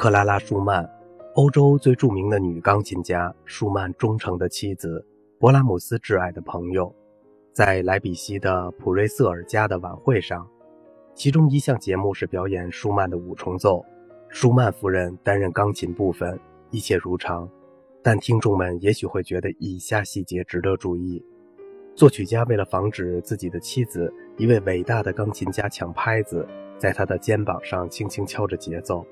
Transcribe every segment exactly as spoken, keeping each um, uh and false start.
克拉拉·舒曼，欧洲最著名的女钢琴家，舒曼忠诚的妻子，勃拉姆斯挚爱的朋友。在莱比锡的普瑞瑟尔家的晚会上，其中一项节目是表演舒曼的五重奏，舒曼夫人担任钢琴部分，一切如常。但听众们也许会觉得以下细节值得注意。作曲家为了防止自己的妻子，一位伟大的钢琴家抢拍子，在他的肩膀上轻轻敲着节奏。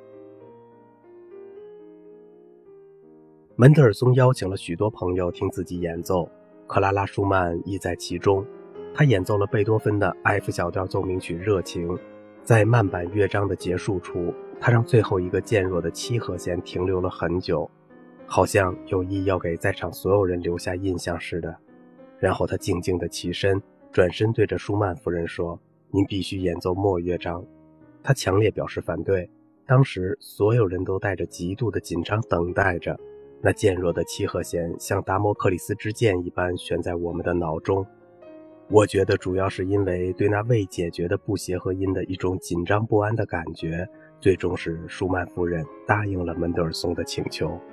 门德尔松邀请了许多朋友听自己演奏，克拉拉·舒曼亦在其中。他演奏了贝多芬的 F 小调奏鸣曲《热情》，在慢板乐章的结束处，他让最后一个渐弱的七和弦停留了很久，好像有意要给在场所有人留下印象似的。然后他静静地起身，转身对着舒曼夫人说：“您必须演奏末乐章。”他强烈表示反对。当时所有人都带着极度的紧张等待着，那渐弱的七和弦像达摩克里斯之剑一般悬在我们的脑中。我觉得主要是因为对那未解决的不协和音的一种紧张不安的感觉，最终使舒曼夫人答应了门德尔松的请求。